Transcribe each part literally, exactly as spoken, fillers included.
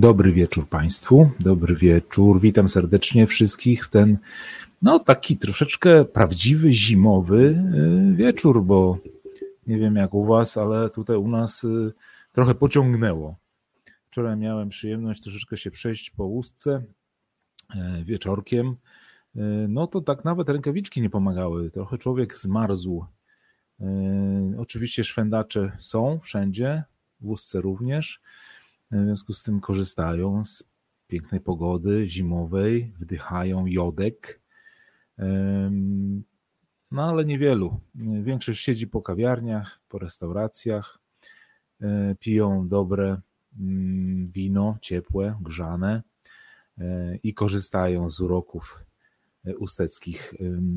Dobry wieczór Państwu, dobry wieczór, witam serdecznie wszystkich w ten, no taki troszeczkę prawdziwy, zimowy wieczór, bo nie wiem jak u Was, ale tutaj u nas trochę pociągnęło. Wczoraj miałem przyjemność troszeczkę się przejść po Ustce wieczorkiem, no to tak nawet rękawiczki nie pomagały, trochę człowiek zmarzł. Oczywiście szwędacze są wszędzie, w Ustce również. W związku z tym korzystają z pięknej pogody zimowej, wdychają jodek, no ale niewielu. Większość siedzi po kawiarniach, po restauracjach, piją dobre wino, ciepłe, grzane i korzystają z uroków usteckich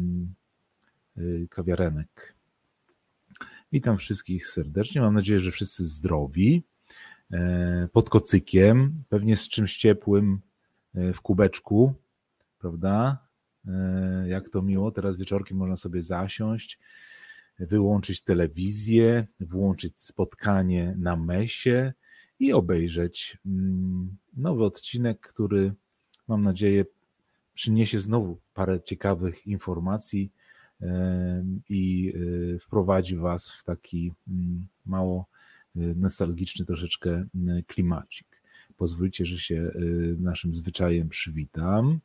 kawiarenek. Witam wszystkich serdecznie, mam nadzieję, że wszyscy zdrowi. Pod kocykiem, pewnie z czymś ciepłym w kubeczku, prawda? Jak to miło, teraz wieczorkiem można sobie zasiąść, wyłączyć telewizję, włączyć spotkanie na mesie i obejrzeć nowy odcinek, który mam nadzieję przyniesie znowu parę ciekawych informacji i wprowadzi Was w taki mało nostalgiczny troszeczkę klimacik. Pozwólcie, że się naszym zwyczajem przywitam.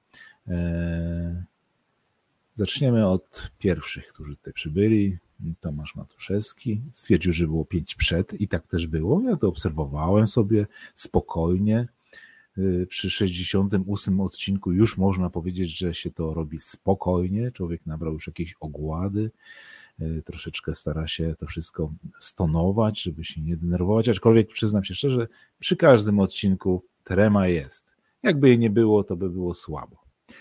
Zaczniemy od pierwszych, którzy tutaj przybyli. Tomasz Matuszewski stwierdził, że było pięć przed i tak też było. Ja to obserwowałem sobie spokojnie. Przy sześćdziesiątym ósmym odcinku już można powiedzieć, że się to robi spokojnie. Człowiek nabrał już jakiejś ogłady. Troszeczkę stara się to wszystko stonować, żeby się nie denerwować, aczkolwiek przyznam się szczerze, przy każdym odcinku trema jest. Jakby jej nie było, to by było słabo.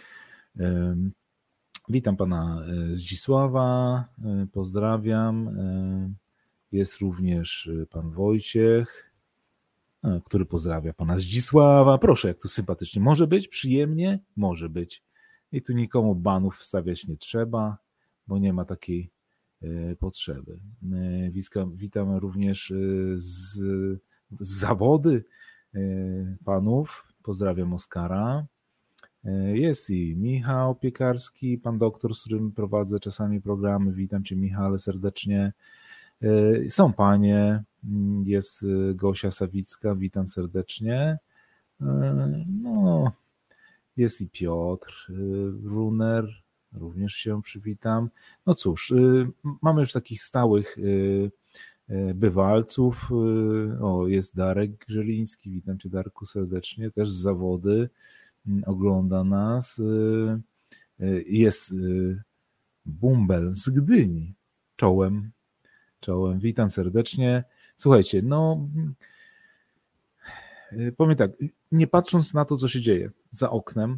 Witam pana Zdzisława, pozdrawiam. Jest również pan Wojciech, który pozdrawia pana Zdzisława. Proszę, jak tu sympatycznie. Może być przyjemnie? Może być. I tu nikomu banów wstawiać nie trzeba, bo nie ma takiej potrzeby. Witam również z, z zawody panów. Pozdrawiam Oskara. Jest i Michał Piekarski, pan doktor, z którym prowadzę czasami programy. Witam cię, Michale, serdecznie. Są panie, jest Gosia Sawicka, witam serdecznie. No, jest i Piotr Runer, również się przywitam. No cóż, mamy już takich stałych bywalców. O, jest Darek Grzeliński, witam cię, Darku, serdecznie, też z zawody, ogląda nas. Jest Bumbel z Gdyni, czołem, czołem, witam serdecznie. Słuchajcie, no powiem tak, nie patrząc na to, co się dzieje za oknem,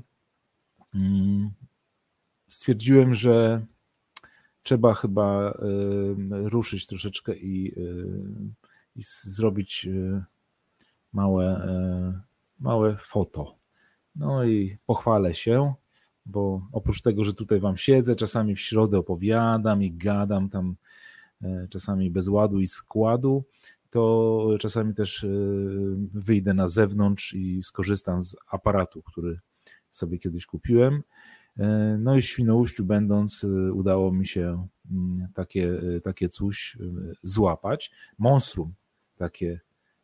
stwierdziłem, że trzeba chyba ruszyć troszeczkę i, i zrobić małe, małe foto. No i pochwalę się, bo oprócz tego, że tutaj wam siedzę, czasami w środę opowiadam i gadam tam czasami bez ładu i składu, to czasami też wyjdę na zewnątrz i skorzystam z aparatu, który sobie kiedyś kupiłem. No i w Świnoujściu będąc udało mi się takie, takie coś złapać. Monstrum takie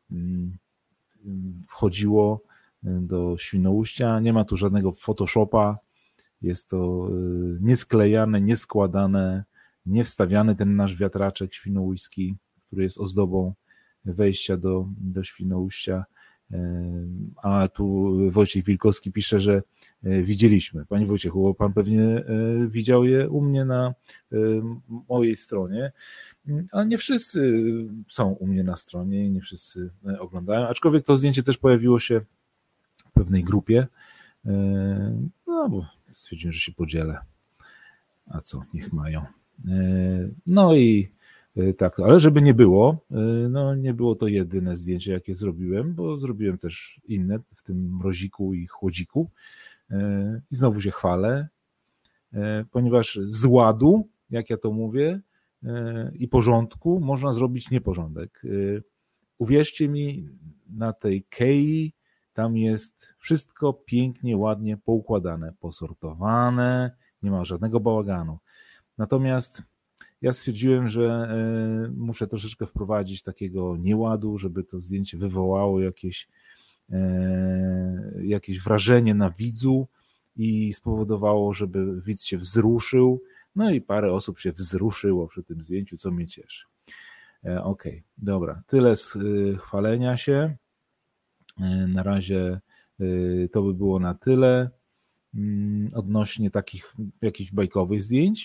wchodziło do Świnoujścia. Nie ma tu żadnego Photoshopa. Jest to niesklejane, nieskładane, nie wstawiany ten nasz wiatraczek świnoujski, który jest ozdobą wejścia do, do Świnoujścia. A tu Wojciech Wilkowski pisze, że widzieliśmy. Panie Wojciechu, bo pan pewnie widział je u mnie na mojej stronie, ale nie wszyscy są u mnie na stronie i nie wszyscy oglądają, aczkolwiek to zdjęcie też pojawiło się w pewnej grupie, no bo stwierdziłem, że się podzielę. A co, niech mają. No i tak, ale żeby nie było, no nie było to jedyne zdjęcie, jakie zrobiłem, bo zrobiłem też inne w tym mroziku i chłodziku i znowu się chwalę, ponieważ z ładu, jak ja to mówię, i porządku można zrobić nieporządek. Uwierzcie mi, na tej Kei Tam jest wszystko pięknie, ładnie poukładane, posortowane, nie ma żadnego bałaganu. Natomiast ja stwierdziłem, że muszę troszeczkę wprowadzić takiego nieładu, żeby to zdjęcie wywołało jakieś, jakieś wrażenie na widzu i spowodowało, żeby widz się wzruszył. No i parę osób się wzruszyło przy tym zdjęciu, co mnie cieszy. Okej, okay, dobra, tyle z chwalenia się. Na razie to by było na tyle odnośnie takich jakichś bajkowych zdjęć.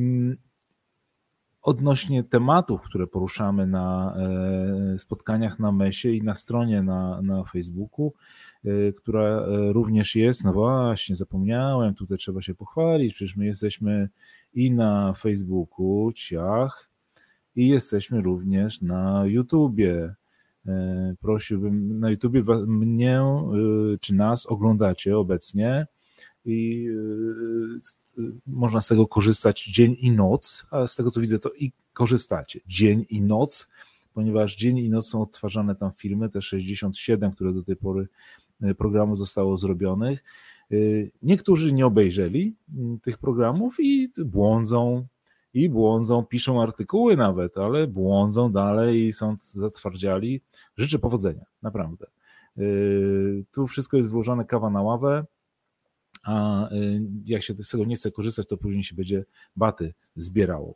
Odnośnie tematów, które poruszamy na spotkaniach na mesie i na stronie na, na Facebooku, która również jest, no właśnie, zapomniałem, tutaj trzeba się pochwalić, przecież my jesteśmy i na Facebooku, ciach, i jesteśmy również na YouTubie. Prosiłbym, na YouTubie mnie czy nas oglądacie obecnie i można z tego korzystać dzień i noc, a z tego co widzę to i korzystacie dzień i noc, ponieważ dzień i noc są odtwarzane tam filmy, te sześćdziesiąt siedem, które do tej pory programu zostało zrobionych. Niektórzy nie obejrzeli tych programów i błądzą, i błądzą, piszą artykuły nawet, ale błądzą dalej i są zatwardziali. Życzę powodzenia, naprawdę. Tu wszystko jest włożone kawa na ławę, a jak się z tego nie chce korzystać, to później się będzie baty zbierało.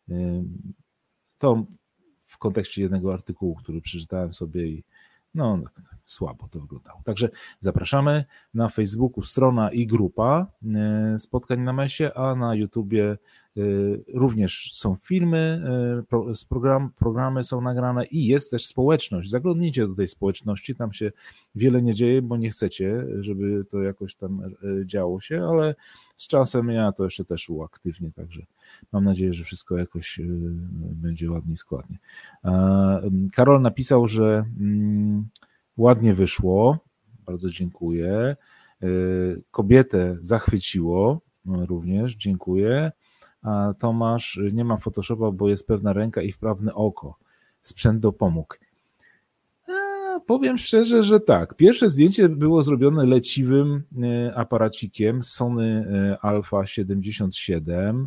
To w kontekście jednego artykułu, który przeczytałem sobie i no słabo to wyglądało. Także zapraszamy na Facebooku strona i grupa spotkań na mesie, a na YouTubie również są filmy, z program, programy są nagrane i jest też społeczność. Zaglądnijcie do tej społeczności, tam się wiele nie dzieje, bo nie chcecie, żeby to jakoś tam działo się, ale z czasem ja to jeszcze też uaktywnię, także mam nadzieję, że wszystko jakoś będzie ładnie i składnie. Karol napisał, że ładnie wyszło, bardzo dziękuję. Kobietę zachwyciło również, dziękuję. A Tomasz, nie ma Photoshopa, bo jest pewna ręka i wprawne oko. Sprzęt dopomógł. A, powiem szczerze, że tak. Pierwsze zdjęcie było zrobione leciwym aparacikiem Sony Alpha siedemdziesiąt siedem.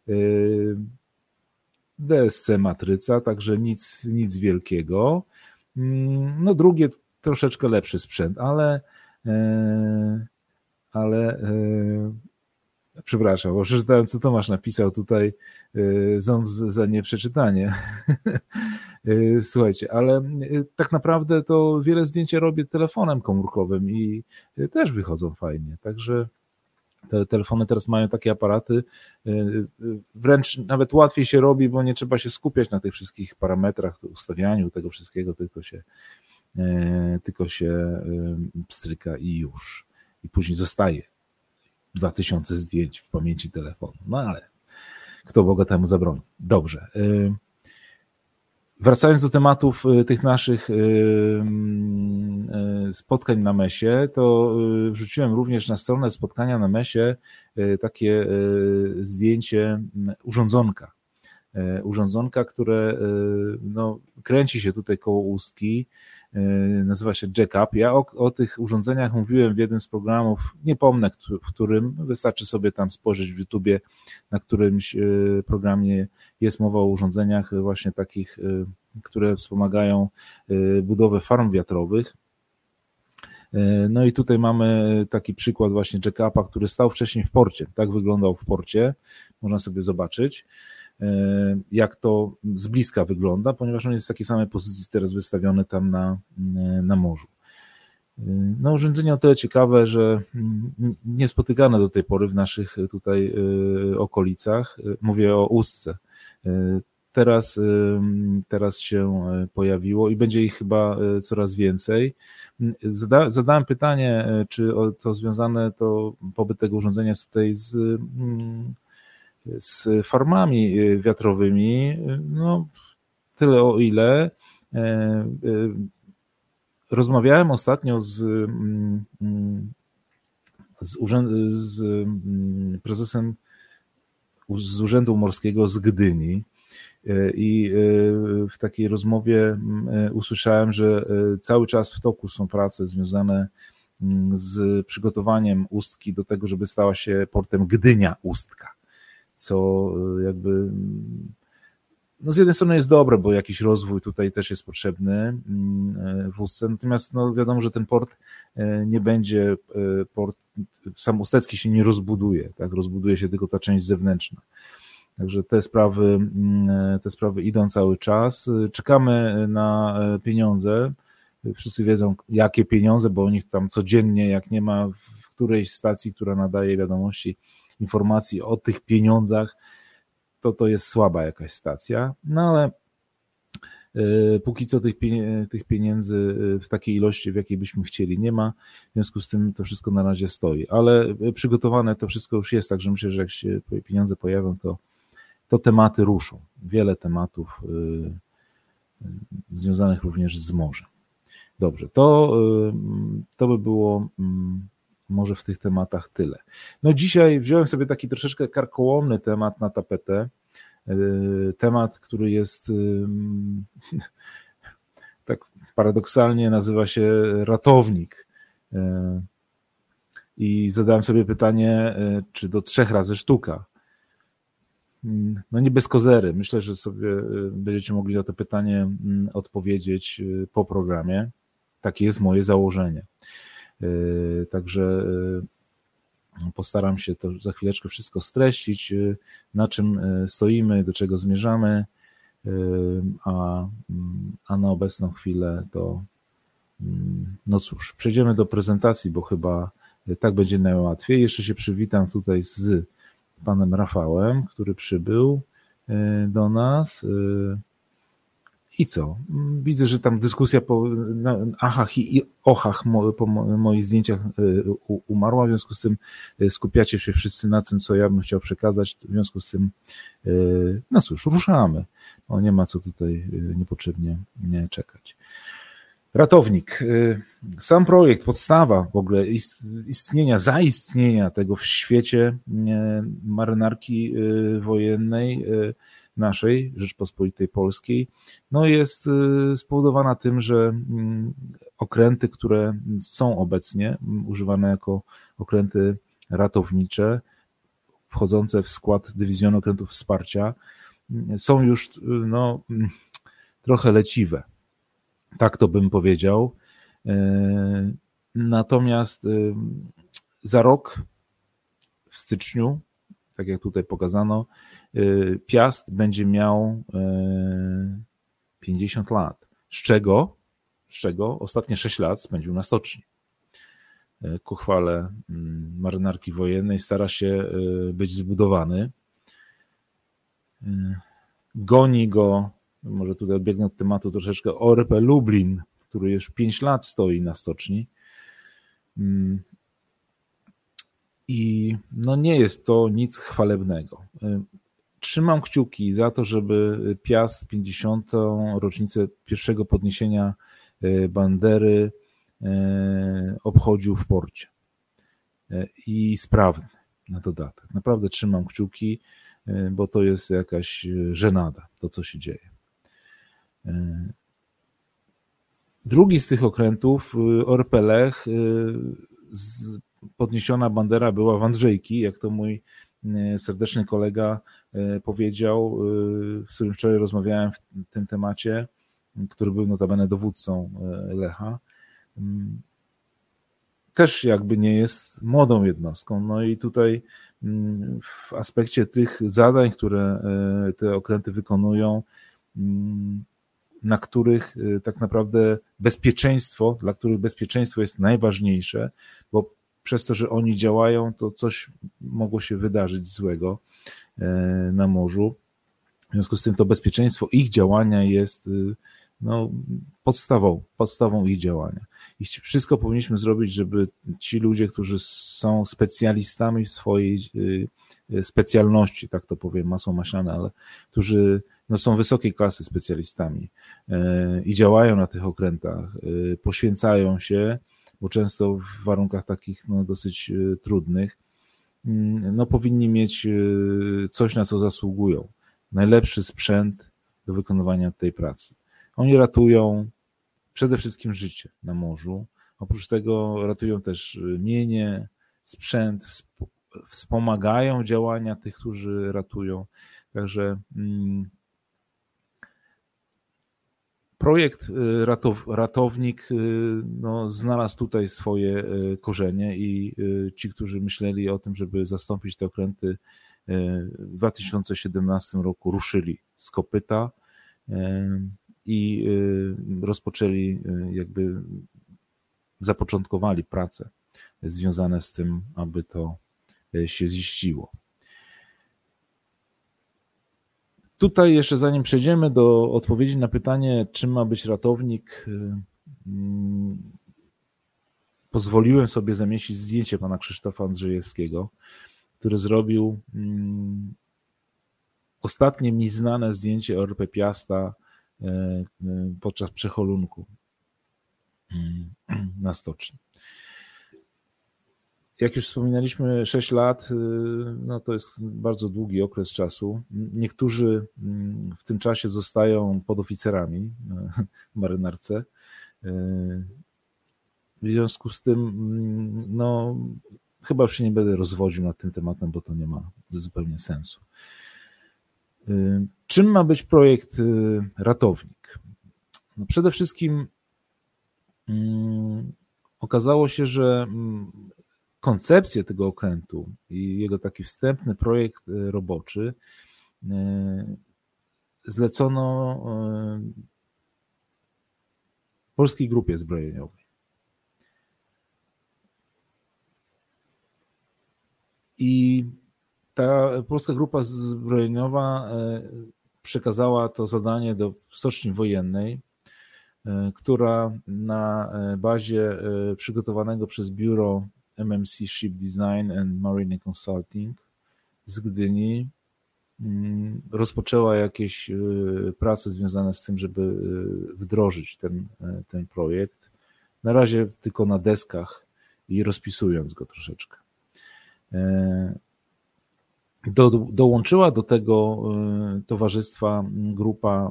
D S C matryca, także nic, nic wielkiego. No drugie troszeczkę lepszy sprzęt, ale ale przepraszam, bo przeczytałem, co Tomasz napisał tutaj, ząb za nieprzeczytanie. Słuchajcie, ale tak naprawdę to wiele zdjęć robię telefonem komórkowym i też wychodzą fajnie, także te telefony teraz mają takie aparaty, wręcz nawet łatwiej się robi, bo nie trzeba się skupiać na tych wszystkich parametrach, ustawianiu tego wszystkiego, tylko się tylko się pstryka i już. I później zostaje dwa tysiące zdjęć w pamięci telefonu. No ale kto Boga temu zabroni. Dobrze. Wracając do tematów tych naszych spotkań na mesie, to wrzuciłem również na stronę spotkania na mesie takie zdjęcie urządzonka. Urządzonka, które no, kręci się tutaj koło ustki, nazywa się Jack-Up. Ja o, o tych urządzeniach mówiłem w jednym z programów, nie pomnę w którym, wystarczy sobie tam spojrzeć w YouTubie, na którymś programie jest mowa o urządzeniach właśnie takich, które wspomagają budowę farm wiatrowych. No i tutaj mamy taki przykład właśnie Jack-Upa, który stał wcześniej w porcie. Tak wyglądał w porcie, można sobie zobaczyć, jak to z bliska wygląda, ponieważ on jest w takiej samej pozycji teraz wystawiony tam na, na morzu. No urządzenie o tyle ciekawe, że niespotykane do tej pory w naszych tutaj okolicach, mówię o ustce, teraz, teraz się pojawiło i będzie ich chyba coraz więcej. Zada, zadałem pytanie, czy to związane, to pobyt tego urządzenia jest tutaj z z farmami wiatrowymi, no tyle o ile. Rozmawiałem ostatnio z, z, urzęd, z prezesem z Urzędu Morskiego z Gdyni I w takiej rozmowie usłyszałem, że cały czas w toku są prace związane z przygotowaniem Ustki do tego, żeby stała się portem Gdynia-Ustka, co jakby no z jednej strony jest dobre, bo jakiś rozwój tutaj też jest potrzebny w Ustce, natomiast no wiadomo, że ten port nie będzie, port sam ustecki się nie rozbuduje, tak, rozbuduje się tylko ta część zewnętrzna. Także te sprawy, te sprawy idą cały czas. Czekamy na pieniądze. Wszyscy wiedzą, jakie pieniądze, bo o nich tam codziennie, jak nie ma w którejś stacji, która nadaje wiadomości, informacji o tych pieniądzach, to to jest słaba jakaś stacja. No ale póki co tych, tych pieniędzy w takiej ilości, w jakiej byśmy chcieli, nie ma. W związku z tym to wszystko na razie stoi. Ale przygotowane to wszystko już jest, także myślę, że jak się pieniądze pojawią, to to tematy ruszą. Wiele tematów związanych również z morzem. Dobrze, to, to by było może w tych tematach tyle. No dzisiaj wziąłem sobie taki troszeczkę karkołomny temat na tapetę. Temat, który jest tak paradoksalnie nazywa się ratownik. I zadałem sobie pytanie, czy do trzech razy sztuka. No nie bez kozery. Myślę, że sobie będziecie mogli na to pytanie odpowiedzieć po programie. Takie jest moje założenie. Także postaram się to za chwileczkę wszystko streścić, na czym stoimy, do czego zmierzamy, a, a na obecną chwilę to no cóż, przejdziemy do prezentacji, bo chyba tak będzie najłatwiej. Jeszcze się przywitam tutaj z panem Rafałem, który przybył do nas. I co? Widzę, że tam dyskusja po achach i ochach po moich zdjęciach umarła, w związku z tym skupiacie się wszyscy na tym, co ja bym chciał przekazać, w związku z tym no cóż, ruszamy. No nie ma co tutaj niepotrzebnie nie czekać. Ratownik. Sam projekt, podstawa w ogóle istnienia, zaistnienia tego w świecie marynarki wojennej naszej, Rzeczpospolitej Polskiej, no jest spowodowana tym, że okręty, które są obecnie używane jako okręty ratownicze, wchodzące w skład dywizjonu okrętów wsparcia, są już no, trochę leciwe. Tak to bym powiedział. Natomiast za rok, w styczniu, tak jak tutaj pokazano, Piast będzie miał pięćdziesiąt lat, z czego, z czego ostatnie sześć lat spędził na stoczni. Ku chwale marynarki wojennej stara się być zbudowany. Goni go, może tutaj odbiegnę od tematu troszeczkę, O R P Lublin, który już pięć lat stoi na stoczni. I no nie jest to nic chwalebnego. Trzymam kciuki za to, żeby Piast pięćdziesiątą rocznicę pierwszego podniesienia bandery obchodził w porcie. I sprawny na dodatek. Naprawdę trzymam kciuki, bo to jest jakaś żenada, to co się dzieje. Drugi z tych okrętów, O R P Lech, podniesiona bandera była w Andrzejki, jak to mój serdeczny kolega powiedział, z którym wczoraj rozmawiałem w tym temacie, który był notabene dowódcą Lecha. Też jakby nie jest młodą jednostką. No i tutaj w aspekcie tych zadań, które te okręty wykonują, na których tak naprawdę bezpieczeństwo, dla których bezpieczeństwo jest najważniejsze, bo przez to, że oni działają, to coś mogło się wydarzyć złego na morzu. W związku z tym to bezpieczeństwo ich działania jest no, podstawą, podstawą ich działania. I wszystko powinniśmy zrobić, żeby ci ludzie, którzy są specjalistami w swojej specjalności, tak to powiem, masło maślane, ale którzy no, są wysokiej klasy specjalistami i działają na tych okrętach, poświęcają się, bo często w warunkach takich no, dosyć trudnych, no, powinni mieć coś, na co zasługują. Najlepszy sprzęt, do wykonywania tej pracy. Oni ratują przede wszystkim życie na morzu. Oprócz tego ratują też mienie, sprzęt, wspomagają działania tych, którzy ratują. Także projekt ratow, ratownik no, znalazł tutaj swoje korzenie i ci, którzy myśleli o tym, żeby zastąpić te okręty, w dwa tysiące siedemnastym roku ruszyli z kopyta i rozpoczęli, jakby zapoczątkowali prace związane z tym, aby to się ziściło. Tutaj jeszcze zanim przejdziemy do odpowiedzi na pytanie, czym ma być ratownik, pozwoliłem sobie zamieścić zdjęcie pana Krzysztofa Andrzejewskiego, który zrobił ostatnie mi znane zdjęcie O R P Piasta podczas przeholunku na stoczni. Jak już wspominaliśmy, sześć lat, no to jest bardzo długi okres czasu. Niektórzy w tym czasie zostają podoficerami w marynarce. W związku z tym, no chyba już się nie będę rozwodził nad tym tematem, bo to nie ma zupełnie sensu. Czym ma być projekt Ratownik? No przede wszystkim okazało się, że koncepcję tego okrętu i jego taki wstępny projekt roboczy zlecono Polskiej Grupie Zbrojeniowej. I ta Polska Grupa Zbrojeniowa przekazała to zadanie do Stoczni Wojennej, która na bazie przygotowanego przez biuro M M C Ship Design and Marine Consulting z Gdyni rozpoczęła jakieś prace związane z tym, żeby wdrożyć ten, ten projekt. Na razie tylko na deskach i rozpisując go troszeczkę. Do, dołączyła do tego towarzystwa grupa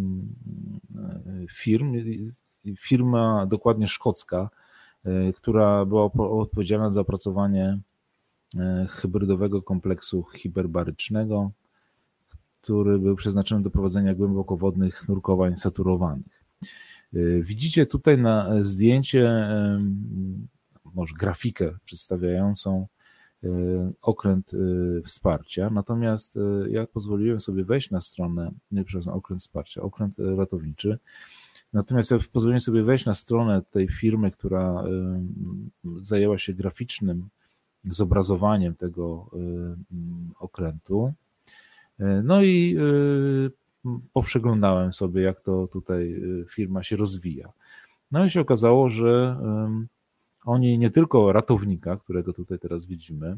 firm, firma dokładnie szkocka, która była odpowiedzialna za opracowanie hybrydowego kompleksu hiperbarycznego, który był przeznaczony do prowadzenia głębokowodnych nurkowań saturowanych. Widzicie tutaj na zdjęcie, może grafikę przedstawiającą okręt wsparcia, natomiast ja pozwoliłem sobie wejść na stronę, nie przepraszam, okręt wsparcia, okręt ratowniczy, natomiast ja pozwoliłem sobie wejść na stronę tej firmy, która zajęła się graficznym zobrazowaniem tego okrętu, no i poprzeglądałem sobie, jak to tutaj firma się rozwija. No i się okazało, że oni nie tylko ratownika, którego tutaj teraz widzimy,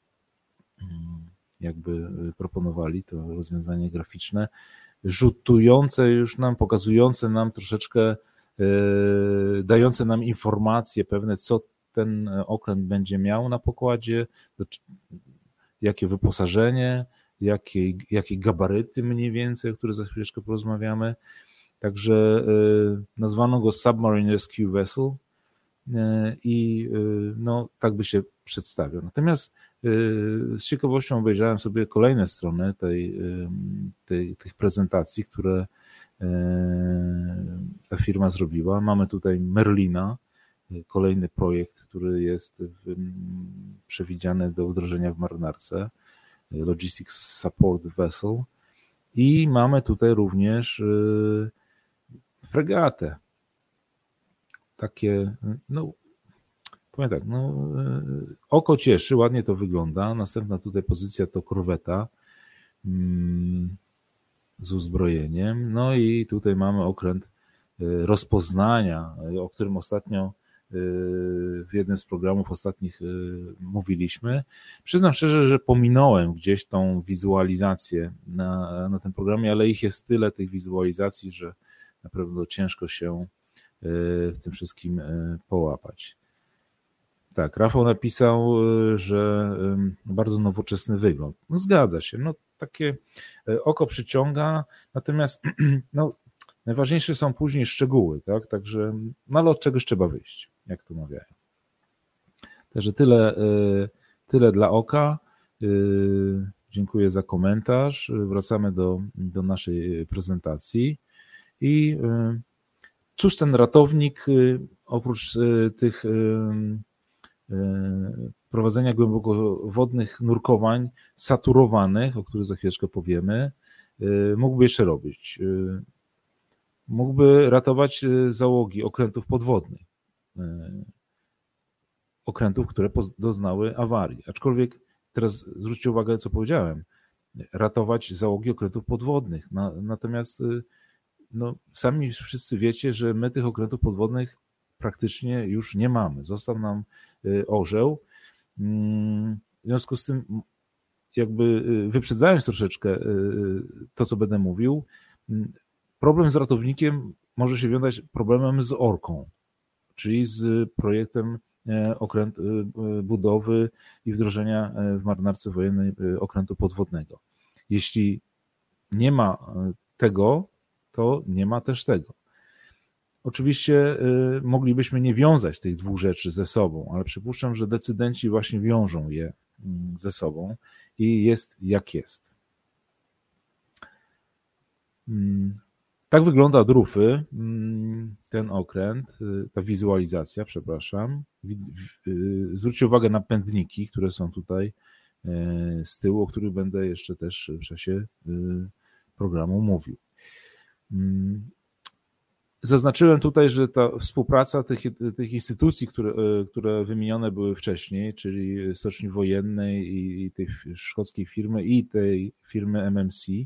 jakby proponowali to rozwiązanie graficzne, rzutujące już nam, pokazujące nam troszeczkę, dające nam informacje pewne, co ten okręt będzie miał na pokładzie, jakie wyposażenie, jakie, jakie gabaryty mniej więcej, o których za chwileczkę porozmawiamy. Także nazwano go Submarine Rescue Vessel i no, tak by się przedstawiał. Natomiast z ciekawością obejrzałem sobie kolejne strony tej, tej, tych prezentacji, które ta firma zrobiła. Mamy tutaj Merlina, kolejny projekt, który jest przewidziany do wdrożenia w marynarce, Logistics Support Vessel, i mamy tutaj również fregatę. Takie, no powiem tak, no oko cieszy, ładnie to wygląda. Następna tutaj pozycja to korweta z uzbrojeniem. No i tutaj mamy okręt rozpoznania, o którym ostatnio w jednym z programów ostatnich mówiliśmy. Przyznam szczerze, że pominąłem gdzieś tą wizualizację na, na tym programie, ale ich jest tyle, tych wizualizacji, że na pewno ciężko się w tym wszystkim połapać. Tak, Rafał napisał, że bardzo nowoczesny wygląd. No zgadza się, no takie oko przyciąga, natomiast no, najważniejsze są później szczegóły, tak? Także, no ale od czegoś trzeba wyjść, jak to mawiają. Także tyle, tyle dla oka. Dziękuję za komentarz. Wracamy do, do naszej prezentacji. I cóż ten ratownik, oprócz tych prowadzenia głębokowodnych nurkowań saturowanych, o których za chwileczkę powiemy, mógłby jeszcze robić? Mógłby ratować załogi okrętów podwodnych, okrętów, które doznały awarii. Aczkolwiek teraz zwróćcie uwagę, co powiedziałem, ratować załogi okrętów podwodnych. Natomiast no, sami wszyscy wiecie, że my tych okrętów podwodnych praktycznie już nie mamy. Został nam orzeł. W związku z tym, jakby wyprzedzając troszeczkę to, co będę mówił, problem z ratownikiem może się wiązać problemem z orką, czyli z projektem okręt, budowy i wdrożenia w marynarce wojennej okrętu podwodnego. Jeśli nie ma tego, to nie ma też tego. Oczywiście moglibyśmy nie wiązać tych dwóch rzeczy ze sobą, ale przypuszczam, że decydenci właśnie wiążą je ze sobą i jest jak jest. Tak wygląda od rufy ten okręt, ta wizualizacja, przepraszam. Zwróćcie uwagę na pędniki, które są tutaj z tyłu, o których będę jeszcze też w czasie programu mówił. Zaznaczyłem tutaj, że ta współpraca tych, tych instytucji, które, które wymienione były wcześniej, czyli Stoczni Wojennej i tej szkockiej firmy i tej firmy M M C,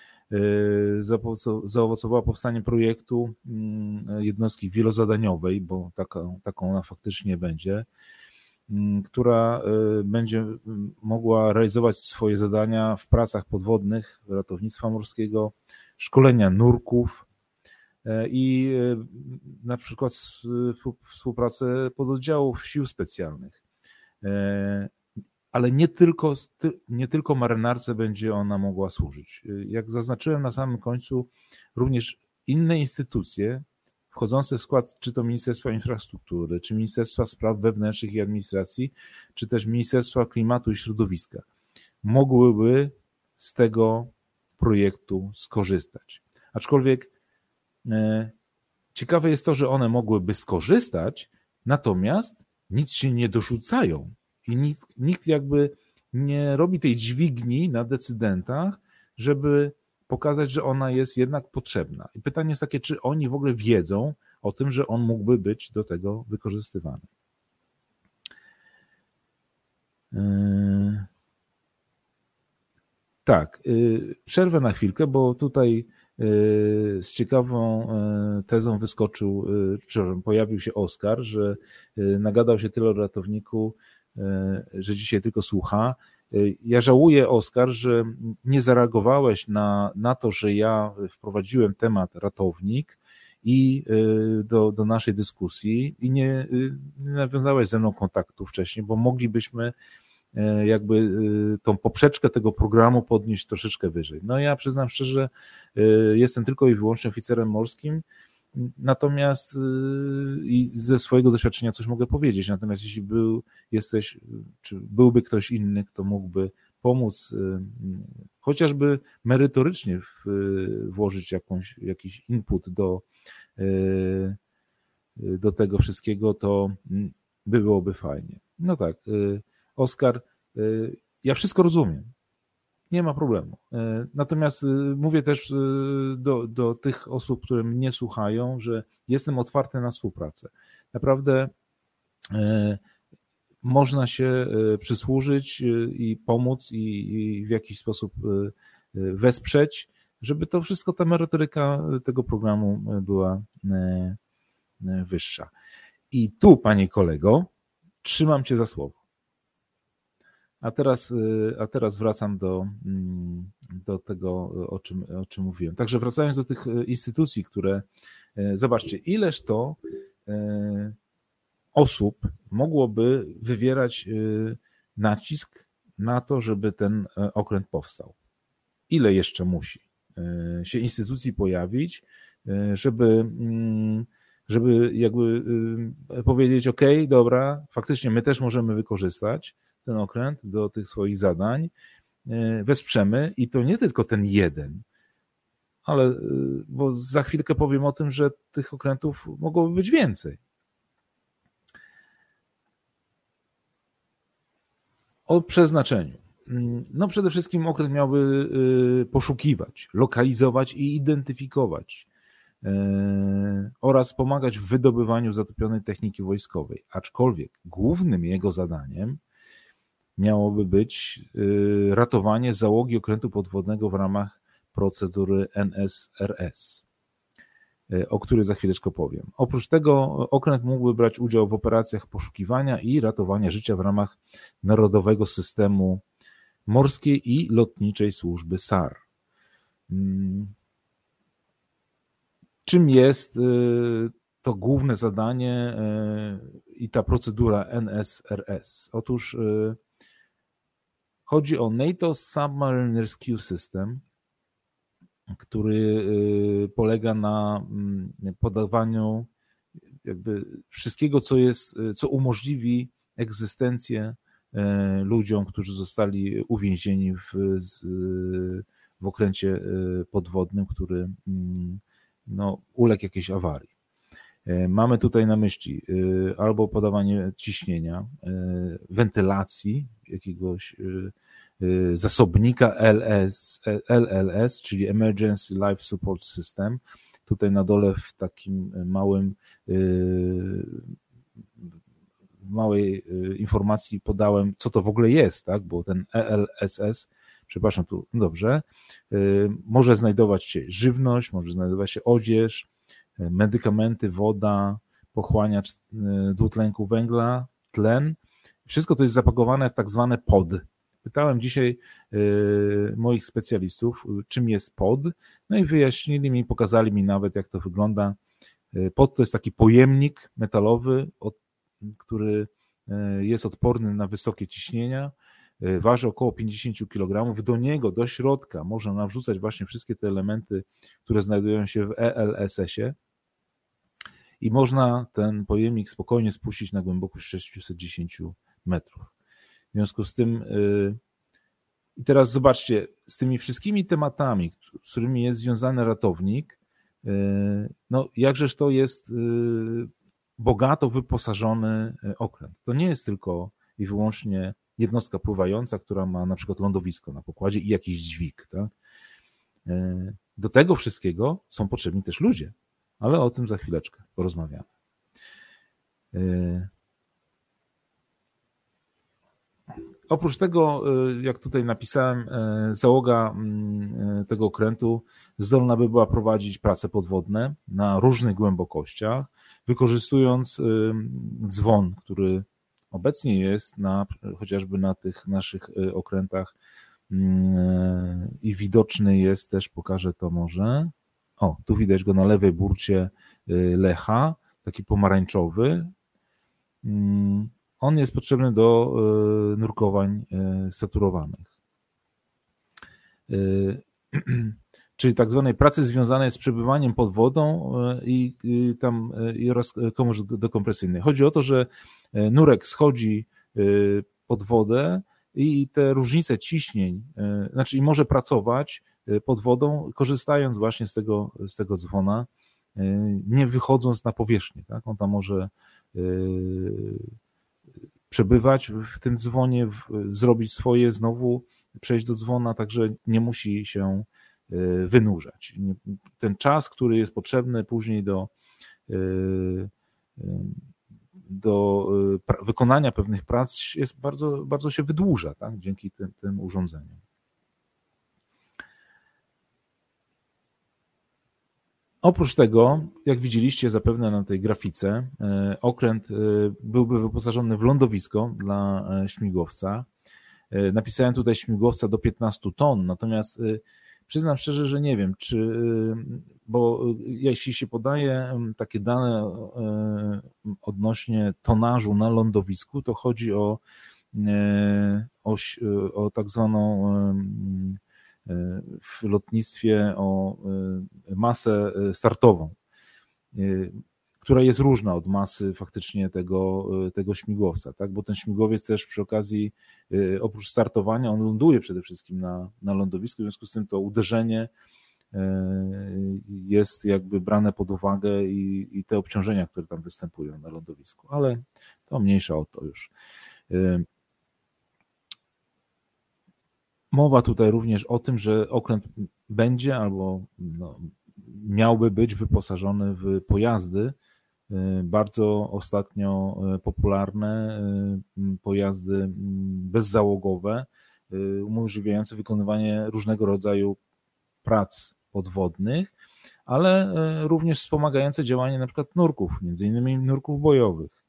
zaowocowała powstaniem projektu jednostki wielozadaniowej, bo taka, taką ona faktycznie będzie, która będzie mogła realizować swoje zadania w pracach podwodnych, ratownictwa morskiego, szkolenia nurków i na przykład współpracę pododdziałów sił specjalnych. Ale nie tylko, nie tylko marynarce będzie ona mogła służyć. Jak zaznaczyłem na samym końcu, również inne instytucje wchodzące w skład czy to Ministerstwa Infrastruktury, czy Ministerstwa Spraw Wewnętrznych i Administracji, czy też Ministerstwa Klimatu i Środowiska mogłyby z tego projektu skorzystać. Aczkolwiek e, ciekawe jest to, że one mogłyby skorzystać, natomiast nic się nie dorzucają. I nikt, nikt jakby nie robi tej dźwigni na decydentach, żeby pokazać, że ona jest jednak potrzebna. I pytanie jest takie, czy oni w ogóle wiedzą o tym, że on mógłby być do tego wykorzystywany. Yy... Tak, yy, przerwę na chwilkę, bo tutaj yy, z ciekawą yy, tezą wyskoczył, yy, przepraszam, pojawił się Oskar, że yy, nagadał się tyle o ratowniku, że dzisiaj tylko słucha. Ja żałuję, Oskar, że nie zareagowałeś na, na to, że ja wprowadziłem temat ratownik i do, do naszej dyskusji i nie, nie nawiązałeś ze mną kontaktu wcześniej, bo moglibyśmy jakby tą poprzeczkę tego programu podnieść troszeczkę wyżej. No ja przyznam szczerze, jestem tylko i wyłącznie oficerem morskim, natomiast i ze swojego doświadczenia coś mogę powiedzieć, natomiast jeśli był, jesteś, czy byłby ktoś inny, kto mógłby pomóc chociażby merytorycznie w, włożyć jakąś, jakiś input do, do tego wszystkiego, to byłoby fajnie. No tak, Oskar, ja wszystko rozumiem. Nie ma problemu. Natomiast mówię też do, do tych osób, które mnie słuchają, że jestem otwarty na współpracę. Naprawdę można się przysłużyć i pomóc i, i w jakiś sposób wesprzeć, żeby to wszystko, ta merytoryka tego programu była wyższa. I tu, panie kolego, trzymam cię za słowo. A teraz, a teraz wracam do, do tego, o czym, o czym mówiłem. Także wracając do tych instytucji, które, zobaczcie, ileż to osób mogłoby wywierać nacisk na to, żeby ten okręt powstał. Ile jeszcze musi się instytucji pojawić, żeby, żeby jakby powiedzieć, ok, dobra, faktycznie my też możemy wykorzystać ten okręt do tych swoich zadań, wesprzemy i to nie tylko ten jeden, ale bo za chwilkę powiem o tym, że tych okrętów mogłoby być więcej. O przeznaczeniu. No przede wszystkim okręt miałby poszukiwać, lokalizować i identyfikować oraz pomagać w wydobywaniu zatopionej techniki wojskowej. Aczkolwiek głównym jego zadaniem miałoby być ratowanie załogi okrętu podwodnego w ramach procedury N S R S, o której za chwileczkę powiem. Oprócz tego okręt mógłby brać udział w operacjach poszukiwania i ratowania życia w ramach Narodowego Systemu Morskiej i Lotniczej Służby S A R. Czym jest to główne zadanie i ta procedura N S R S? Otóż chodzi o NATO Submarine Rescue System, który polega na podawaniu jakby wszystkiego, co jest, co umożliwi egzystencję ludziom, którzy zostali uwięzieni w, w okręcie podwodnym, który no, uległ jakiejś awarii. Mamy tutaj na myśli albo podawanie ciśnienia, wentylacji, jakiegoś zasobnika L S, L L S, czyli Emergency Life Support System. Tutaj na dole w takim małym, małej informacji podałem, co to w ogóle jest, tak? Bo ten E L S S, przepraszam, tu dobrze, może znajdować się żywność, może znajdować się odzież, medykamenty, woda, pochłaniacz dwutlenku węgla, tlen. Wszystko to jest zapakowane w tak zwane pod. Pytałem dzisiaj moich specjalistów, czym jest pod, no i wyjaśnili mi, pokazali mi nawet, jak to wygląda. Pod to jest taki pojemnik metalowy, który jest odporny na wysokie ciśnienia, waży około pięćdziesiąt kilogramów. Do niego, do środka można nawrzucać właśnie wszystkie te elementy, które znajdują się w E L S S-ie i można ten pojemnik spokojnie spuścić na głębokość sześćset dziesięć metrów. W związku z tym i teraz zobaczcie, z tymi wszystkimi tematami, z którymi jest związany ratownik, no jakżeż to jest bogato wyposażony okręt. To nie jest tylko i wyłącznie jednostka pływająca, która ma na przykład lądowisko na pokładzie i jakiś dźwig. Tak? Do tego wszystkiego są potrzebni też ludzie, ale o tym za chwileczkę porozmawiamy. Oprócz tego, jak tutaj napisałem, załoga tego okrętu zdolna by była prowadzić prace podwodne na różnych głębokościach, wykorzystując dzwon, który obecnie jest na, chociażby na tych naszych okrętach i widoczny jest też, pokażę to może, o, tu widać go na lewej burcie Lecha, taki pomarańczowy. On jest potrzebny do nurkowań saturowanych. Czyli tak zwanej pracy związanej z przebywaniem pod wodą i, i tam i oraz komórz dekompresyjnej. Chodzi o to, że nurek schodzi pod wodę i te różnice ciśnień, znaczy i może pracować pod wodą, korzystając właśnie z tego, z tego dzwona, nie wychodząc na powierzchnię. Tak? On tam może przebywać w tym dzwonie, zrobić swoje, znowu przejść do dzwona, także nie musi się wynurzać. Ten czas, który jest potrzebny później do, do wykonania pewnych prac, jest bardzo, bardzo się wydłuża, tak? Dzięki tym, tym urządzeniom. Oprócz tego, jak widzieliście zapewne na tej grafice, okręt byłby wyposażony w lądowisko dla śmigłowca. Napisałem tutaj śmigłowca do piętnastu ton, natomiast Przyznam szczerze, że nie wiem, czy, bo jeśli się podaje takie dane odnośnie tonażu na lądowisku, to chodzi o, o, o tak zwaną w lotnictwie o masę startową, która jest różna od masy faktycznie tego, tego śmigłowca, tak? Bo ten śmigłowiec też przy okazji, oprócz startowania, on ląduje przede wszystkim na, na lądowisku, w związku z tym to uderzenie jest jakby brane pod uwagę i, i te obciążenia, które tam występują na lądowisku, ale to mniejsza o to już. Mowa tutaj również o tym, że okręt będzie albo no, miałby być wyposażony w pojazdy, bardzo ostatnio popularne pojazdy bezzałogowe, umożliwiające wykonywanie różnego rodzaju prac podwodnych, ale również wspomagające działanie na przykład nurków, między innymi nurków bojowych.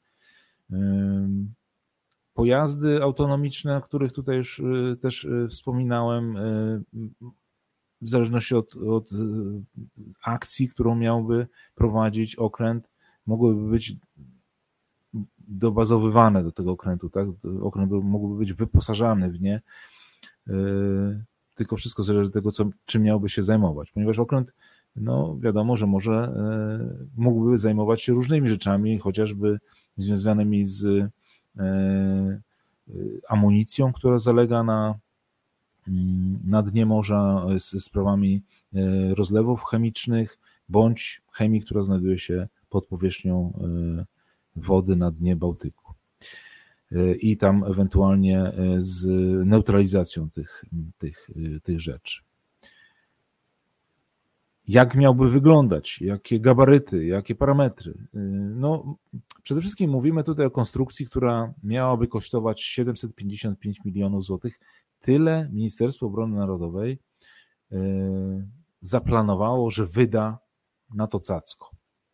Pojazdy autonomiczne, o których tutaj już też wspominałem, w zależności od, od akcji, którą miałby prowadzić okręt, mogłyby być dobazowywane do tego okrętu, tak? Okręt mógłby być wyposażany w nie, tylko wszystko zależy od tego, co, czym miałby się zajmować, ponieważ okręt, no wiadomo, że może mógłby zajmować się różnymi rzeczami, chociażby związanymi z amunicją, która zalega na, na dnie morza, z sprawami rozlewów chemicznych, bądź chemii, która znajduje się pod powierzchnią wody na dnie Bałtyku. I tam ewentualnie z neutralizacją tych, tych, tych rzeczy. Jak miałby wyglądać? Jakie gabaryty? Jakie parametry? No, przede wszystkim mówimy tutaj o konstrukcji, która miałaby kosztować siedemset pięćdziesiąt pięć milionów złotych. Tyle Ministerstwo Obrony Narodowej zaplanowało, że wyda na to cacko.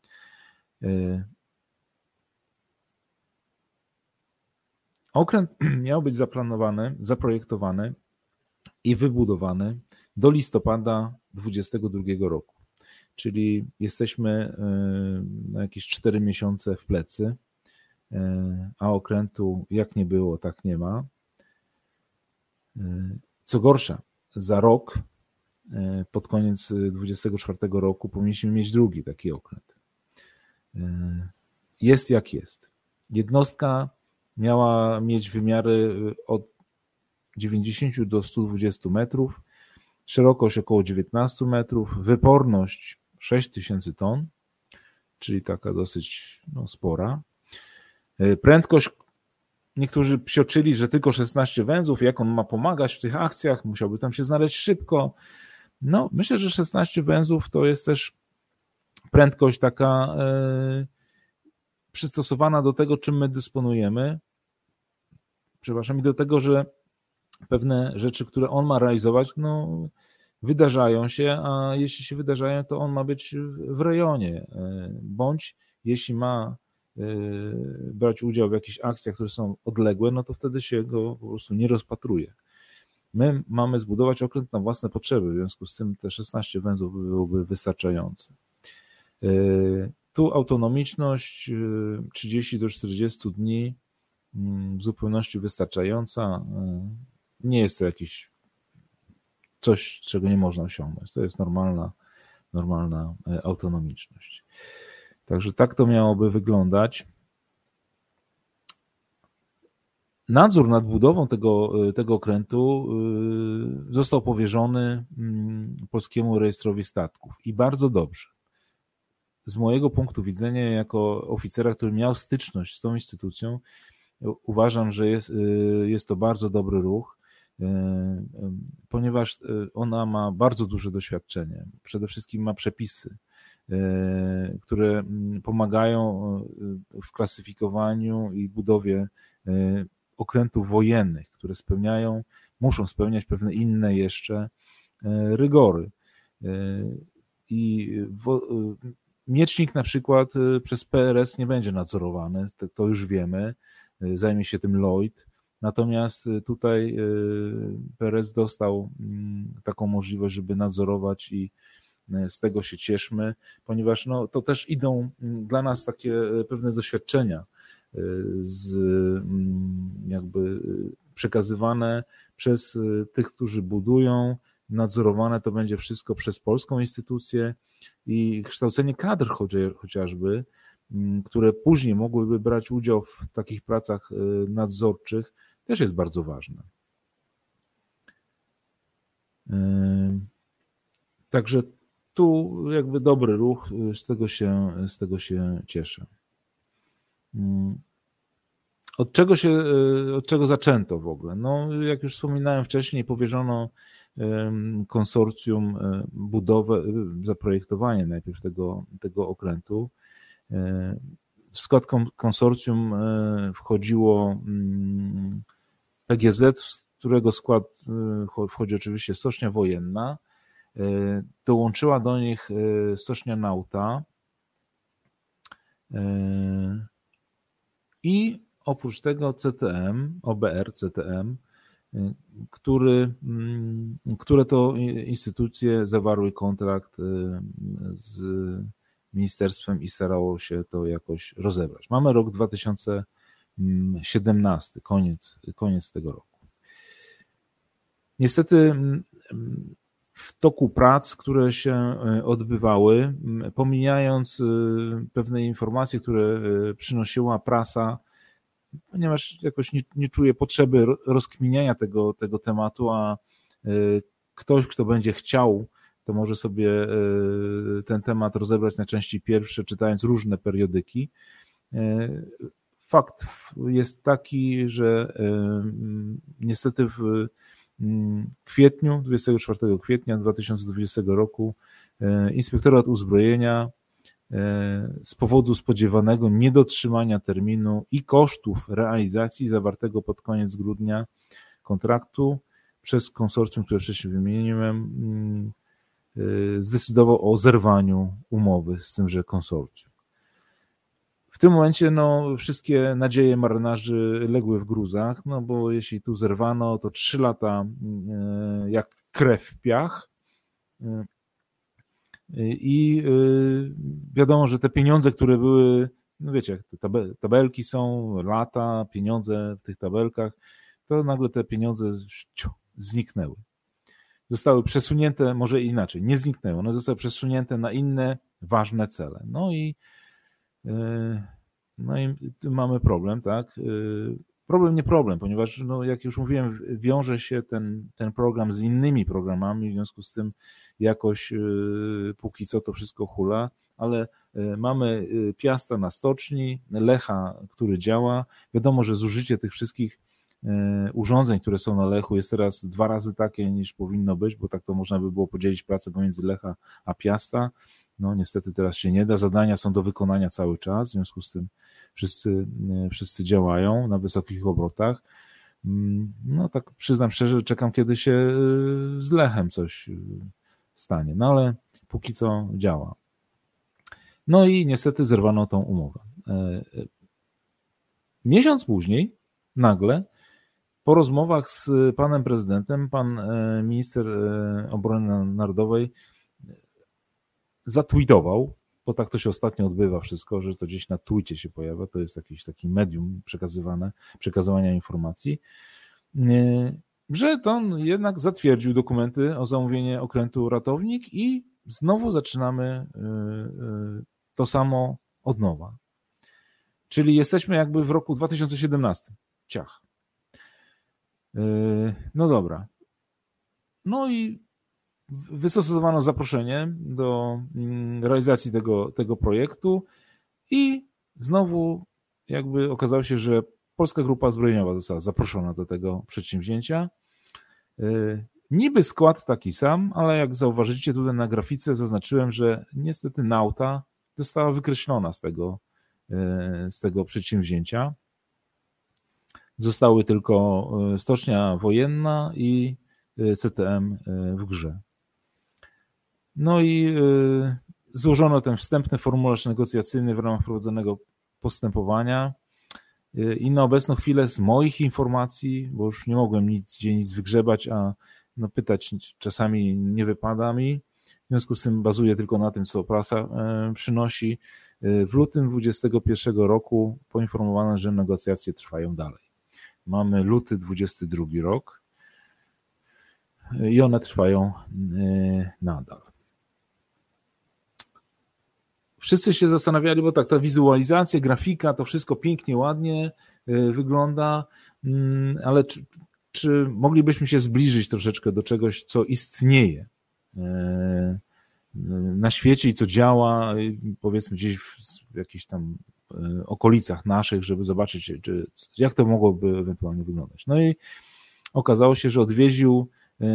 Okręt miał być zaplanowany, zaprojektowany i wybudowany do listopada dwudziestego drugiego roku. Czyli jesteśmy na jakieś cztery miesiące w plecy, a okrętu jak nie było, tak nie ma. Co gorsza, za rok, pod koniec dwudziestego czwartego roku powinniśmy mieć drugi taki okręt. Jest jak jest. Jednostka miała mieć wymiary od dziewięćdziesięciu do stu dwudziestu metrów, szerokość około dziewiętnastu metrów, wyporność sześć tysięcy ton, czyli taka dosyć no, spora. Prędkość, niektórzy psioczyli, że tylko szesnaście węzłów, jak on ma pomagać w tych akcjach, musiałby tam się znaleźć szybko. No, myślę, że szesnaście węzłów to jest też prędkość taka e, przystosowana do tego, czym my dysponujemy. Przepraszam, i do tego, że pewne rzeczy, które on ma realizować, no wydarzają się, a jeśli się wydarzają, to on ma być w rejonie, bądź jeśli ma brać udział w jakichś akcjach, które są odległe, no to wtedy się go po prostu nie rozpatruje. My mamy zbudować okręt na własne potrzeby, w związku z tym te szesnaście węzłów byłoby wystarczające. Tu autonomiczność trzydzieści do czterdziestu dni w zupełności wystarczająca. Nie jest to jakieś coś, czego nie można osiągnąć. To jest normalna, normalna autonomiczność. Także tak to miałoby wyglądać. Nadzór nad budową tego, tego okrętu został powierzony Polskiemu Rejestrowi Statków i bardzo dobrze. Z mojego punktu widzenia, jako oficera, który miał styczność z tą instytucją, uważam, że jest, jest to bardzo dobry ruch, ponieważ ona ma bardzo duże doświadczenie. Przede wszystkim ma przepisy, które pomagają w klasyfikowaniu i budowie okrętów wojennych, które spełniają, muszą spełniać pewne inne jeszcze rygory. I w, miecznik na przykład przez P R S nie będzie nadzorowany, to już wiemy, zajmie się tym Lloyd, Natomiast tutaj Perez dostał taką możliwość, żeby nadzorować i z tego się cieszmy, ponieważ no, to też idą dla nas takie pewne doświadczenia z, jakby przekazywane przez tych, którzy budują, nadzorowane to będzie wszystko przez polską instytucję i kształcenie kadr chociażby, które później mogłyby brać udział w takich pracach nadzorczych, też jest bardzo ważne. Także tu jakby dobry ruch, z tego się, z tego się cieszę. Od czego się, od czego zaczęto w ogóle? No, jak już wspominałem wcześniej, powierzono konsorcjum budowę, zaprojektowanie najpierw tego, tego okrętu. W skład konsorcjum wchodziło P G Z, w którego skład wchodzi oczywiście Stocznia Wojenna. Dołączyła do nich Stocznia Nauta i oprócz tego C T M, O B R C T M, który, które to instytucje zawarły kontrakt z ministerstwem i starało się to jakoś rozebrać. Mamy rok dwa tysiące siedemnasty, koniec, koniec tego roku. Niestety w toku prac, które się odbywały, pomijając pewne informacje, które przynosiła prasa, ponieważ jakoś nie, nie czuję potrzeby rozkminiania tego, tego tematu, a ktoś, kto będzie chciał, to może sobie ten temat rozebrać na części pierwsze, czytając różne periodyki. Fakt jest taki, że niestety w kwietniu, dwudziestego czwartego kwietnia dwa tysiące dwudziestego roku Inspektorat Uzbrojenia z powodu spodziewanego niedotrzymania terminu i kosztów realizacji zawartego pod koniec grudnia kontraktu przez konsorcjum, które wcześniej wymieniłem, zdecydował o zerwaniu umowy z tymże konsorcjum. W tym momencie no, wszystkie nadzieje marynarzy legły w gruzach, no bo jeśli tu zerwano, to trzy lata jak krew w piach. I wiadomo, że te pieniądze, które były, no wiecie, jak te tabelki są, lata, pieniądze w tych tabelkach, to nagle te pieniądze zniknęły. Zostały przesunięte, może inaczej, nie zniknęły, one zostały przesunięte na inne ważne cele. No i, no i mamy problem, tak? Problem nie problem, ponieważ no, jak już mówiłem, wiąże się ten, ten program z innymi programami, w związku z tym jakoś póki co to wszystko hula, ale mamy Piasta na stoczni, Lecha, który działa. Wiadomo, że zużycie tych wszystkich urządzeń, które są na Lechu, jest teraz dwa razy takie niż powinno być, bo tak to można by było podzielić pracę pomiędzy Lecha a Piasta. No niestety teraz się nie da, zadania są do wykonania cały czas, w związku z tym wszyscy, wszyscy działają na wysokich obrotach. No tak przyznam szczerze, czekam kiedy się z Lechem coś stanie, no ale póki co działa. No i niestety zerwano tą umowę. Miesiąc później nagle po rozmowach z panem prezydentem, pan minister obrony narodowej zatweetował, bo tak to się ostatnio odbywa wszystko, że to gdzieś na tweetie się pojawia, to jest jakiś taki medium przekazywane, przekazywania informacji, że to on jednak zatwierdził dokumenty o zamówienie okrętu Ratownik i znowu zaczynamy to samo od nowa. Czyli jesteśmy jakby w roku dwa tysiące siedemnastym. Ciach. No dobra. No i wystosowano zaproszenie do realizacji tego, tego projektu i znowu jakby okazało się, że Polska Grupa Zbrojeniowa została zaproszona do tego przedsięwzięcia. Niby skład taki sam, ale jak zauważycie tutaj na grafice zaznaczyłem, że niestety Nauta została wykreślona z tego, z tego przedsięwzięcia. Zostały tylko Stocznia Wojenna i C T M w grze. No i złożono ten wstępny formularz negocjacyjny w ramach prowadzonego postępowania. I na obecną chwilę z moich informacji, bo już nie mogłem nic gdzie nic wygrzebać, a no pytać czasami nie wypada mi, w związku z tym bazuję tylko na tym, co prasa przynosi. W lutym dwudziestego pierwszego roku poinformowano, że negocjacje trwają dalej. Mamy luty dwudziesty drugi rok i one trwają nadal. Wszyscy się zastanawiali, bo tak, ta wizualizacja, grafika, to wszystko pięknie, ładnie wygląda, ale czy, czy moglibyśmy się zbliżyć troszeczkę do czegoś, co istnieje na świecie i co działa, powiedzmy gdzieś w jakichś tam okolicach naszych, żeby zobaczyć, czy, jak to mogłoby ewentualnie wyglądać. No i okazało się, że odwiedził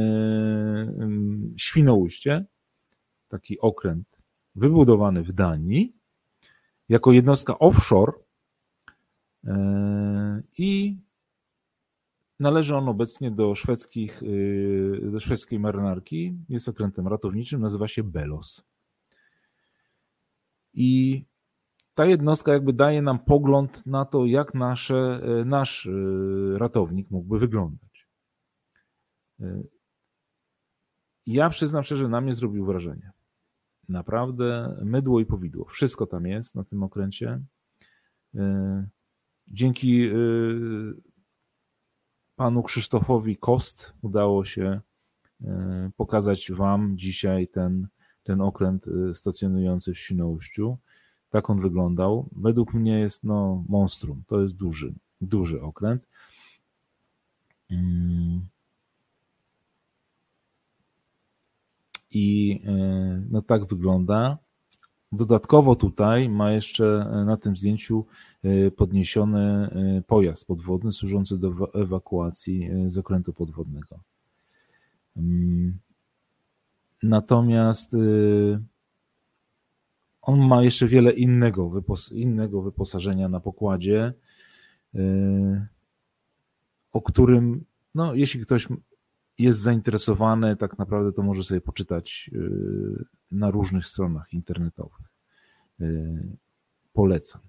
Świnoujście, taki okręt wybudowany w Danii jako jednostka offshore i należy on obecnie do szwedzkich, do szwedzkiej marynarki, jest okrętem ratowniczym, nazywa się Belos. I ta jednostka jakby daje nam pogląd na to, jak nasze, nasz ratownik mógłby wyglądać. Ja przyznam szczerze, na mnie zrobił wrażenie. Naprawdę mydło i powidło. Wszystko tam jest na tym okręcie. Dzięki panu Krzysztofowi Kost udało się pokazać wam dzisiaj ten, ten okręt stacjonujący w Świnoujściu. Tak on wyglądał. Według mnie jest no monstrum. To jest duży, duży okręt. I no tak wygląda. Dodatkowo tutaj ma jeszcze na tym zdjęciu podniesiony pojazd podwodny służący do ewakuacji z okrętu podwodnego. Natomiast on ma jeszcze wiele innego, wypos- innego wyposażenia na pokładzie, o którym, no, jeśli ktoś jest zainteresowany, tak naprawdę to może sobie poczytać na różnych stronach internetowych. Polecam.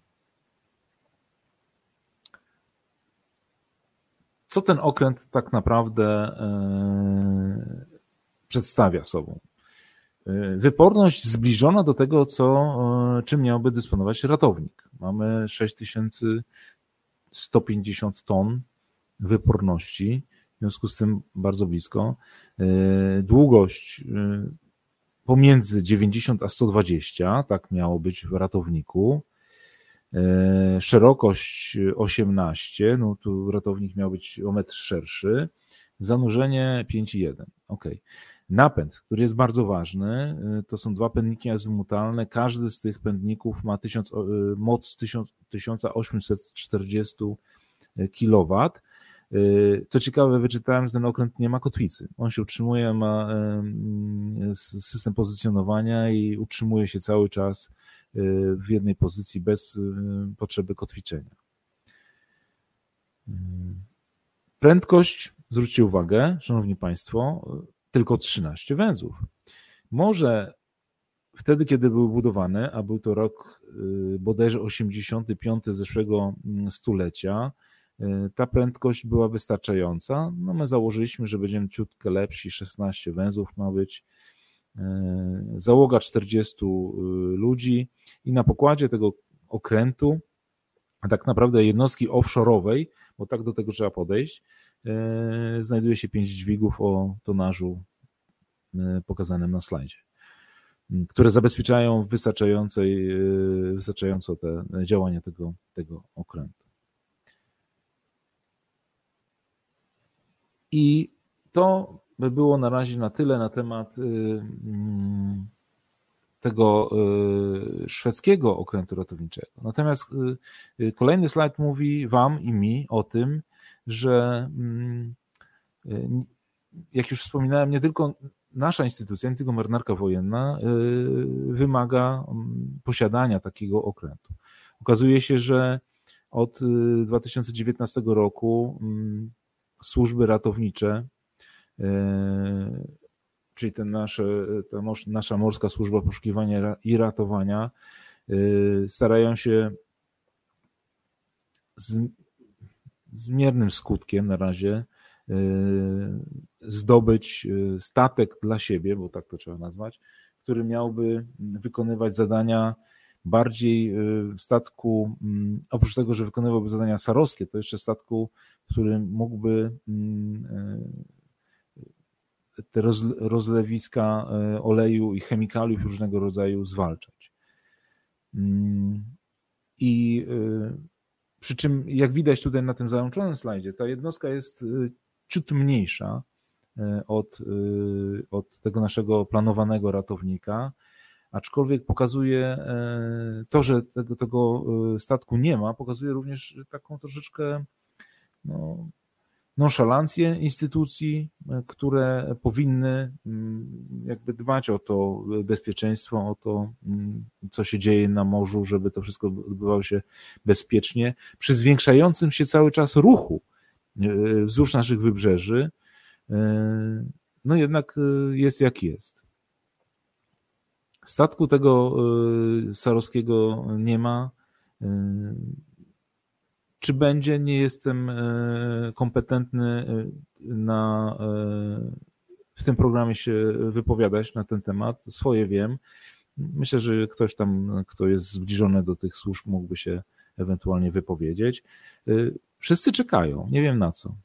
Co ten okręt tak naprawdę przedstawia sobą? Wyporność zbliżona do tego, co, czym miałby dysponować ratownik. Mamy sześć tysięcy sto pięćdziesiąt ton wyporności, w związku z tym bardzo blisko. Długość pomiędzy dziewięćdziesiąt a sto dwadzieścia, tak miało być w ratowniku. Szerokość osiemnaście, no tu ratownik miał być o metr szerszy. Zanurzenie pięć przecinek jeden. Ok. Napęd, który jest bardzo ważny, to są dwa pędniki azymutalne. Każdy z tych pędników ma tysiąc, moc tysiąc osiemset czterdzieści kilowatów. Co ciekawe, wyczytałem, że ten okręt nie ma kotwicy. On się utrzymuje, ma system pozycjonowania i utrzymuje się cały czas w jednej pozycji bez potrzeby kotwiczenia. Prędkość, zwróćcie uwagę, szanowni państwo, tylko trzynaście węzłów. Może wtedy, kiedy był budowany, a był to rok bodajże osiemdziesiąty piąty zeszłego stulecia, ta prędkość była wystarczająca. No my założyliśmy, że będziemy ciutkę lepsi, szesnaście węzłów ma być. Załoga czterdziestu ludzi i na pokładzie tego okrętu, a tak naprawdę jednostki offshore'owej, bo tak do tego trzeba podejść, znajduje się pięć dźwigów o tonażu pokazanym na slajdzie, które zabezpieczają wystarczającej, wystarczająco te działania tego, tego okrętu. I to by było na razie na tyle na temat tego szwedzkiego okrętu ratowniczego. Natomiast kolejny slajd mówi wam i mi o tym, że jak już wspominałem, nie tylko nasza instytucja, nie tylko marynarka wojenna wymaga posiadania takiego okrętu. Okazuje się, że od dwa tysiące dziewiętnastego roku służby ratownicze, czyli ten nasze, ta nasza Morska Służba Poszukiwania i Ratowania, starają się z miernym skutkiem na razie zdobyć statek dla siebie, bo tak to trzeba nazwać, który miałby wykonywać zadania bardziej statku, oprócz tego, że wykonywałby zadania sarowskie, to jeszcze statku, który mógłby te rozlewiska oleju i chemikaliów różnego rodzaju zwalczać. I przy czym, jak widać tutaj na tym załączonym slajdzie, ta jednostka jest ciut mniejsza od, od tego naszego planowanego ratownika, aczkolwiek pokazuje to, że tego, tego statku nie ma, pokazuje również taką troszeczkę no, nonszalancję instytucji, które powinny jakby dbać o to bezpieczeństwo, o to, co się dzieje na morzu, żeby to wszystko odbywało się bezpiecznie, przy zwiększającym się cały czas ruchu wzdłuż naszych wybrzeży, no jednak jest jak jest. Statku tego sarowskiego nie ma. Czy będzie? Nie jestem kompetentny na, w tym programie się wypowiadać na ten temat. Swoje wiem. Myślę, że ktoś tam, kto jest zbliżony do tych służb, mógłby się ewentualnie wypowiedzieć. Wszyscy czekają, nie wiem na co.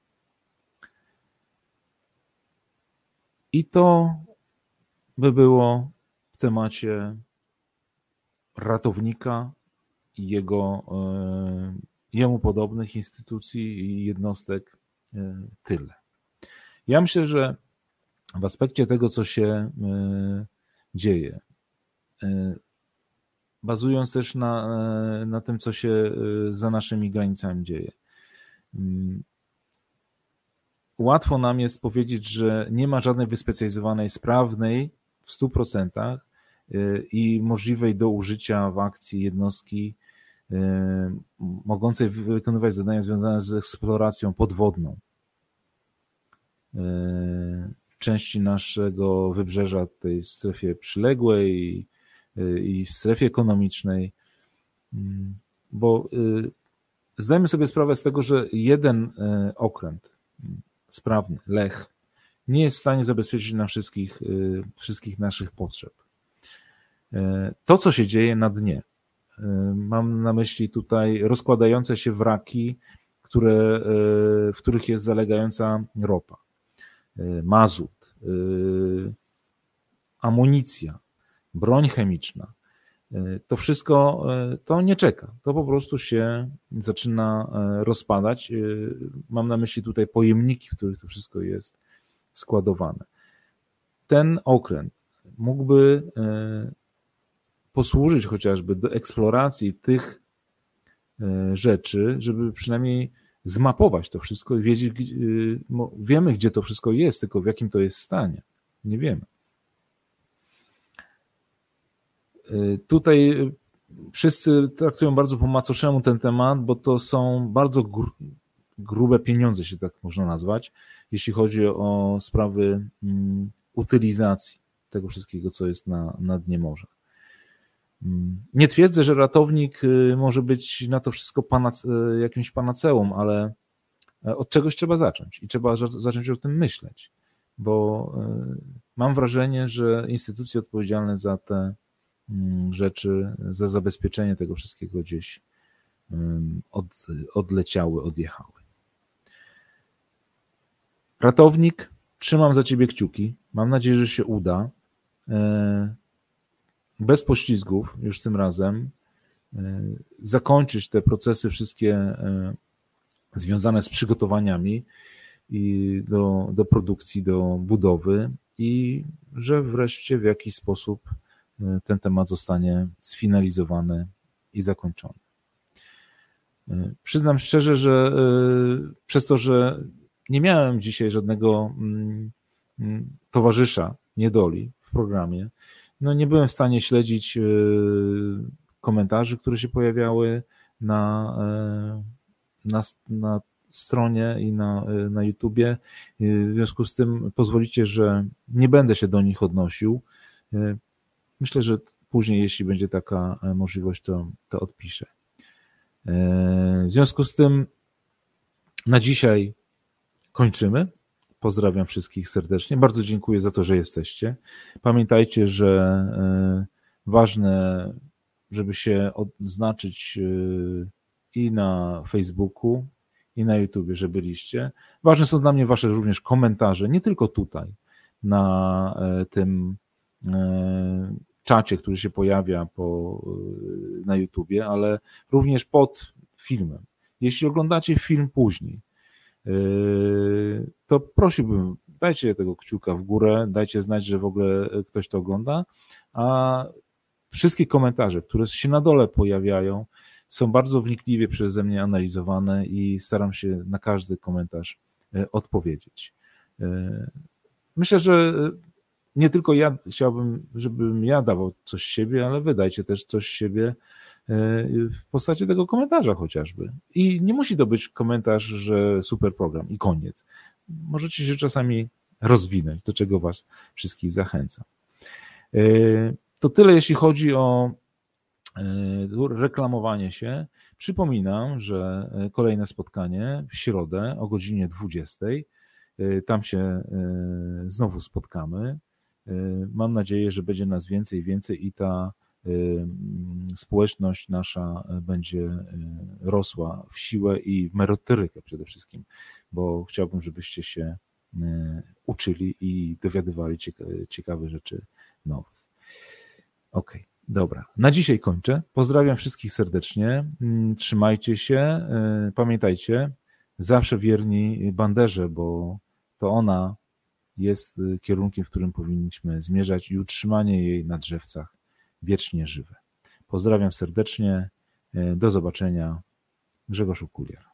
I to by było w temacie ratownika i jego, jemu podobnych instytucji i jednostek tyle. Ja myślę, że w aspekcie tego, co się dzieje, bazując też na, na tym, co się za naszymi granicami dzieje, łatwo nam jest powiedzieć, że nie ma żadnej wyspecjalizowanej, sprawnej w stu procentach i możliwej do użycia w akcji jednostki mogącej wykonywać zadania związane z eksploracją podwodną części naszego wybrzeża, tej strefie przyległej i w strefie ekonomicznej, bo zdajmy sobie sprawę z tego, że jeden okręt sprawny, Lech, nie jest w stanie zabezpieczyć nam wszystkich, wszystkich naszych potrzeb. To, co się dzieje na dnie, mam na myśli tutaj rozkładające się wraki, które, w których jest zalegająca ropa, mazut, amunicja, broń chemiczna. To wszystko to nie czeka. To po prostu się zaczyna rozpadać. Mam na myśli tutaj pojemniki, w których to wszystko jest składowane. Ten okręt mógłby posłużyć chociażby do eksploracji tych rzeczy, żeby przynajmniej zmapować to wszystko i wiedzieć, wiemy, gdzie to wszystko jest, tylko w jakim to jest stanie. Nie wiemy. Tutaj wszyscy traktują bardzo po macoszemu ten temat, bo to są bardzo grube pieniądze, się tak można nazwać, jeśli chodzi o sprawy utylizacji tego wszystkiego, co jest na, na dnie morza. Nie twierdzę, że ratownik może być na to wszystko panace, jakimś panaceum, ale od czegoś trzeba zacząć i trzeba zacząć o tym myśleć, bo mam wrażenie, że instytucje odpowiedzialne za te rzeczy, za zabezpieczenie tego wszystkiego gdzieś od, odleciały, odjechały. Ratownik, trzymam za ciebie kciuki, mam nadzieję, że się uda. Bez poślizgów już tym razem zakończyć te procesy wszystkie związane z przygotowaniami i do, do produkcji, do budowy i że wreszcie w jakiś sposób ten temat zostanie sfinalizowany i zakończony. Przyznam szczerze, że przez to, że nie miałem dzisiaj żadnego towarzysza niedoli w programie, no nie byłem w stanie śledzić komentarzy, które się pojawiały na, na, na stronie i na, na YouTubie. W związku z tym pozwolicie, że nie będę się do nich odnosił. Myślę, że później, jeśli będzie taka możliwość, to, to odpiszę. W związku z tym Na dzisiaj kończymy. Pozdrawiam wszystkich serdecznie. Bardzo dziękuję za to, że jesteście. Pamiętajcie, że ważne, żeby się odznaczyć i na Facebooku, i na YouTubie, że byliście. Ważne są dla mnie wasze również komentarze, nie tylko tutaj, na tym czacie, który się pojawia po, na YouTubie, ale również pod filmem. Jeśli oglądacie film później, to prosiłbym, dajcie tego kciuka w górę, dajcie znać, że w ogóle ktoś to ogląda, a wszystkie komentarze, które się na dole pojawiają, są bardzo wnikliwie przeze mnie analizowane i staram się na każdy komentarz odpowiedzieć. Myślę, że nie tylko ja chciałbym, żebym ja dawał coś z siebie, ale wy dajcie też coś z siebie w postaci tego komentarza chociażby. I nie musi to być komentarz, że super program i koniec. Możecie się czasami rozwinąć, do czego was wszystkich zachęcam. To tyle, jeśli chodzi o reklamowanie się. Przypominam, że kolejne spotkanie w środę o godzinie dwudziestej. Tam się znowu spotkamy. Mam nadzieję, że będzie nas więcej i więcej i ta społeczność nasza będzie rosła w siłę i w merytorykę przede wszystkim, bo chciałbym, żebyście się uczyli i dowiadywali ciekawe rzeczy nowych. Okej, okay, dobra. Na dzisiaj kończę. Pozdrawiam wszystkich serdecznie. Trzymajcie się. Pamiętajcie, zawsze wierni banderze, bo to ona jest kierunkiem, w którym powinniśmy zmierzać i utrzymanie jej na drzewcach wiecznie żywe. Pozdrawiam serdecznie. Do zobaczenia. Grzegorz Okuliar.